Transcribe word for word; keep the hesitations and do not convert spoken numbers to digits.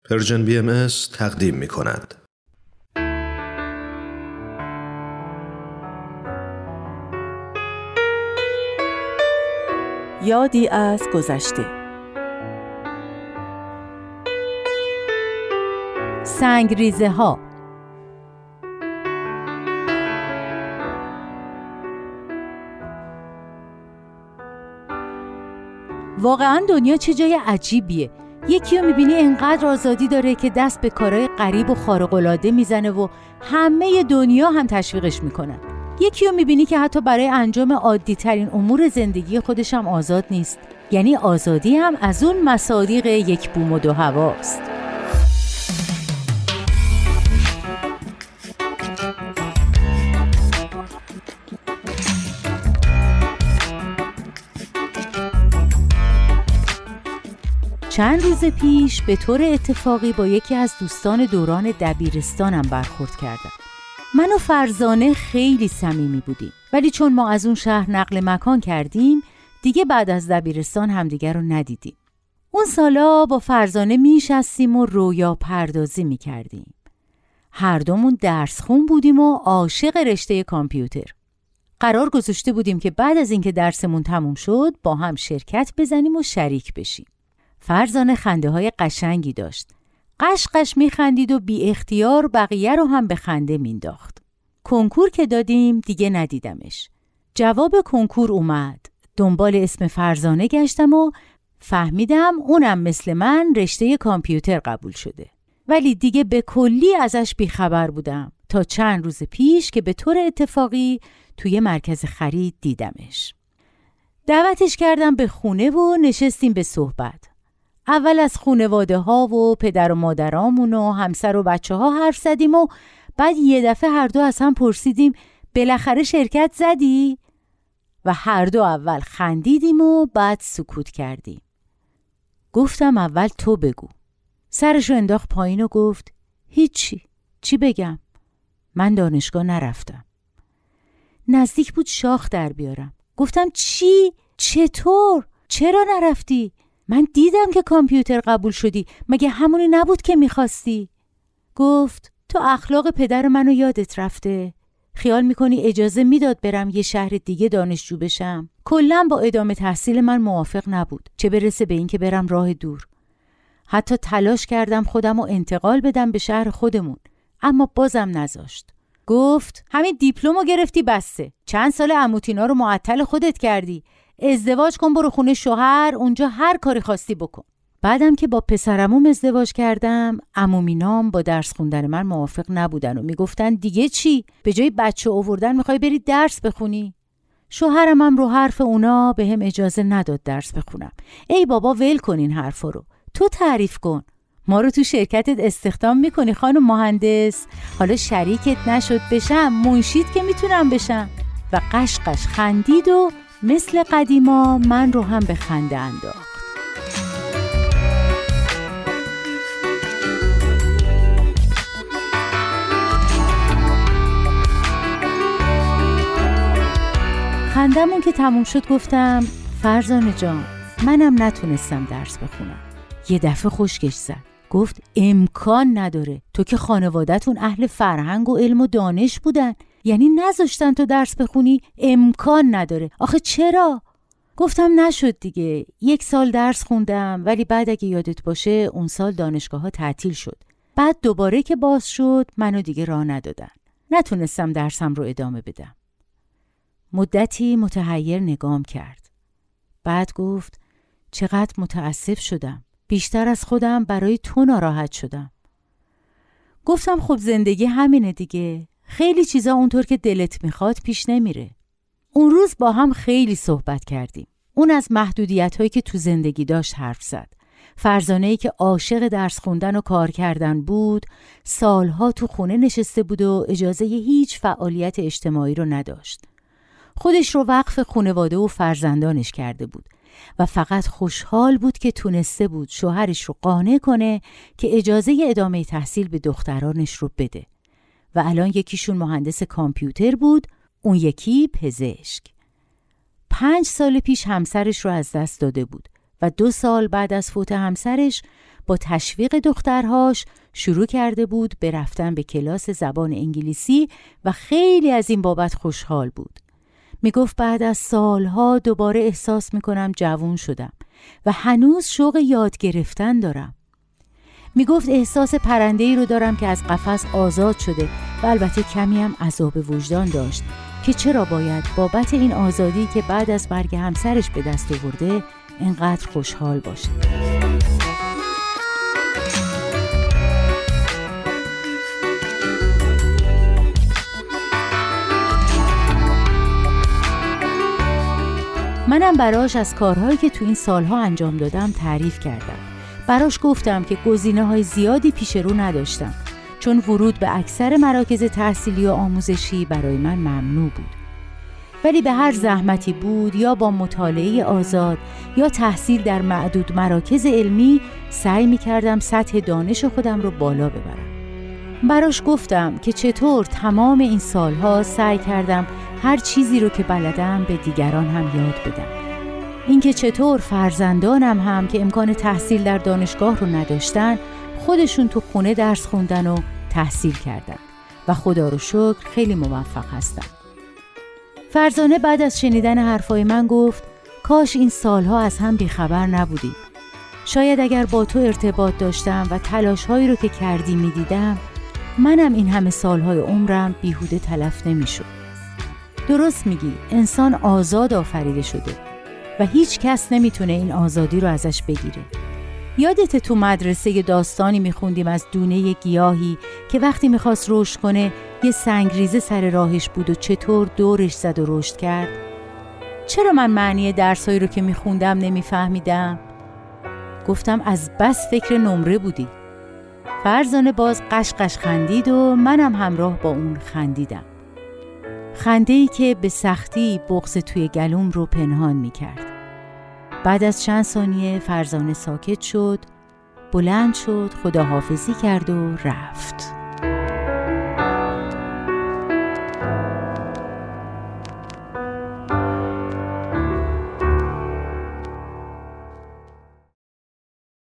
پرژن بی ام اس تقدیم می کند. یادی از گذشته. سنگریزه ها. واقعا دنیا چه جای عجیبیه. یکی رو میبینی انقدر آزادی داره که دست به کارهای غریب و خارق‌العاده میزنه و همه دنیا هم تشویقش میکنن. یکی رو میبینی که حتی برای انجام عادی ترین امور زندگی خودش هم آزاد نیست. یعنی آزادی هم از اون مصادیق یک بوم و دو هواست. چند روز پیش به طور اتفاقی با یکی از دوستان دوران دبیرستانم برخورد کردم. من و فرزانه خیلی صمیمی بودیم، ولی چون ما از اون شهر نقل مکان کردیم دیگه بعد از دبیرستان همدیگر رو ندیدیم. اون سالا با فرزانه میشستیم و رویا پردازی میکردیم. هر دومون درس خون بودیم و عاشق رشته کامپیوتر. قرار گذاشته بودیم که بعد از اینکه درسمون تموم شد با هم شرکت بزنیم و شریک بشیم. فرزانه خنده های قشنگی داشت. قش قش می خندید و بی اختیار بقیه رو هم به خنده مینداخت. کنکور که دادیم دیگه ندیدمش. جواب کنکور اومد. دنبال اسم فرزانه گشتم و فهمیدم اونم مثل من رشته کامپیوتر قبول شده. ولی دیگه به کلی ازش بیخبر بودم تا چند روز پیش که به طور اتفاقی توی مرکز خرید دیدمش. دعوتش کردم به خونه و نشستیم به صحبت. اول از خانواده ها و پدر و مادرامون و همسر و بچه ها حرف زدیم و بعد یه دفعه هر دو از هم پرسیدیم بالاخره شرکت زدی؟ و هر دو اول خندیدیم و بعد سکوت کردیم. گفتم اول تو بگو. سرشو انداخت پایین و گفت هیچی. چی بگم؟ من دانشگاه نرفتم. نزدیک بود شاخ در بیارم. گفتم چی؟ چطور؟ چرا نرفتی؟ من دیدم که کامپیوتر قبول شدی. مگه همونی نبود که میخواستی؟ گفت تو اخلاق پدر منو یادت رفته؟ خیال میکنی اجازه میداد برم یه شهر دیگه دانشجو بشم؟ کلاً با ادامه تحصیل من موافق نبود، چه برسه به این که برم راه دور. حتی تلاش کردم خودمو انتقال بدم به شهر خودمون، اما بازم نذاشت. گفت همین دیپلمو گرفتی بسه. چند سال عموتینا رو معطل خودت کردی. ازدواج کن، برو خونه شوهر، اونجا هر کاری خواستی بکن. بعدم که با پسرموم ازدواج کردم، عمومینام با درس خوندن من موافق نبودن و میگفتن دیگه چی؟ به جای بچه آوردن میخوای بری درس بخونی؟ شوهرم هم رو حرف اونا به هم اجازه نداد درس بخونم. ای بابا ول کن این حرفا رو. تو تعریف کن. ما رو تو شرکتت استخدام میکنی خانم مهندس. حالا شریکت نشد بشم، منشید که میتونم بشم. و قش قش خندید و مثل قدیما من رو هم به خنده انداخت. خندمون که تموم شد گفتم فرزانه جان، منم نتونستم درس بخونم. یه دفعه خشکش زد. گفت امکان نداره. تو که خانواده‌تون اهل فرهنگ و علم و دانش بودن، یعنی نذاشتن تو درس بخونی؟ امکان نداره. آخه چرا؟ گفتم نشد دیگه. یک سال درس خوندم، ولی بعد اگه یادت باشه اون سال دانشگاه ها تعطیل شد. بعد دوباره که باز شد منو دیگه راه ندادن. نتونستم درسم رو ادامه بدم. مدتی متحیر نگام کرد. بعد گفت چقدر متاسف شدم. بیشتر از خودم برای تو ناراحت شدم. گفتم خب زندگی همینه دیگه. خیلی چیزا اونطور که دلت میخواد پیش نمیره. اون روز با هم خیلی صحبت کردیم. اون از محدودیت‌هایی که تو زندگی داشت حرف زد. فرزانه‌ای که عاشق درس خوندن و کار کردن بود، سالها تو خونه نشسته بود و اجازه هیچ فعالیت اجتماعی رو نداشت. خودش رو وقف خانواده و فرزندانش کرده بود و فقط خوشحال بود که تونسته بود شوهرش رو قانع کنه که اجازه ادامه تحصیل به دخترانش رو بده. و الان یکیشون مهندس کامپیوتر بود، اون یکی پزشک. پنج سال پیش همسرش رو از دست داده بود و دو سال بعد از فوت همسرش با تشویق دخترهاش شروع کرده بود به رفتن به کلاس زبان انگلیسی و خیلی از این بابت خوشحال بود. میگفت بعد از سالها دوباره احساس میکنم جوان شدم و هنوز شوق یاد گرفتن دارم. میگفت احساس پرنده‌ای رو دارم که از قفس آزاد شده و البته کمی هم عذاب وجدان داشت که چرا باید بابت این آزادی که بعد از مرگ همسرش به دست آورده اینقدر خوشحال باشه. منم براش از کارهایی که تو این سالها انجام دادم تعریف کردم. براش گفتم که گزینه‌های زیادی پیش رو نداشتم، چون ورود به اکثر مراکز تحصیلی و آموزشی برای من ممنوع بود. ولی به هر زحمتی بود، یا با مطالعه آزاد یا تحصیل در معدود مراکز علمی، سعی می‌کردم سطح دانش خودم رو بالا ببرم. براش گفتم که چطور تمام این سالها سعی کردم هر چیزی رو که بلدم به دیگران هم یاد بدم. اینکه چطور فرزندانم هم که امکان تحصیل در دانشگاه رو نداشتن، خودشون تو خونه درس خوندن و تحصیل کردن و خدا رو شکر خیلی موفق هستن. فرزانه بعد از شنیدن حرفای من گفت کاش این سالها از هم بیخبر نبودیم. شاید اگر با تو ارتباط داشتم و تلاش‌هایی رو که کردی می‌دیدم، منم این همه سالهای عمرم بیهوده تلف نمی‌شد. درست میگی، انسان آزاد آفریده شده و هیچ کس نمیتونه این آزادی رو ازش بگیره. یادت تو مدرسه داستانی میخوندیم از دونه گیاهی که وقتی میخواست رشد کنه یه سنگریزه سر راهش بود و چطور دورش زد و رشد کرد؟ چرا من معنی درسایی رو که میخوندم نمیفهمیدم؟ گفتم از بس فکر نمره بودی. فرزانه باز قشقش خندید و منم همراه با اون خندیدم. خنده‌ای که به سختی بغض توی گلوم رو پنهان می‌کرد. بعد از چند ثانیه فرزانه ساکت شد، بلند شد، خداحافظی کرد و رفت.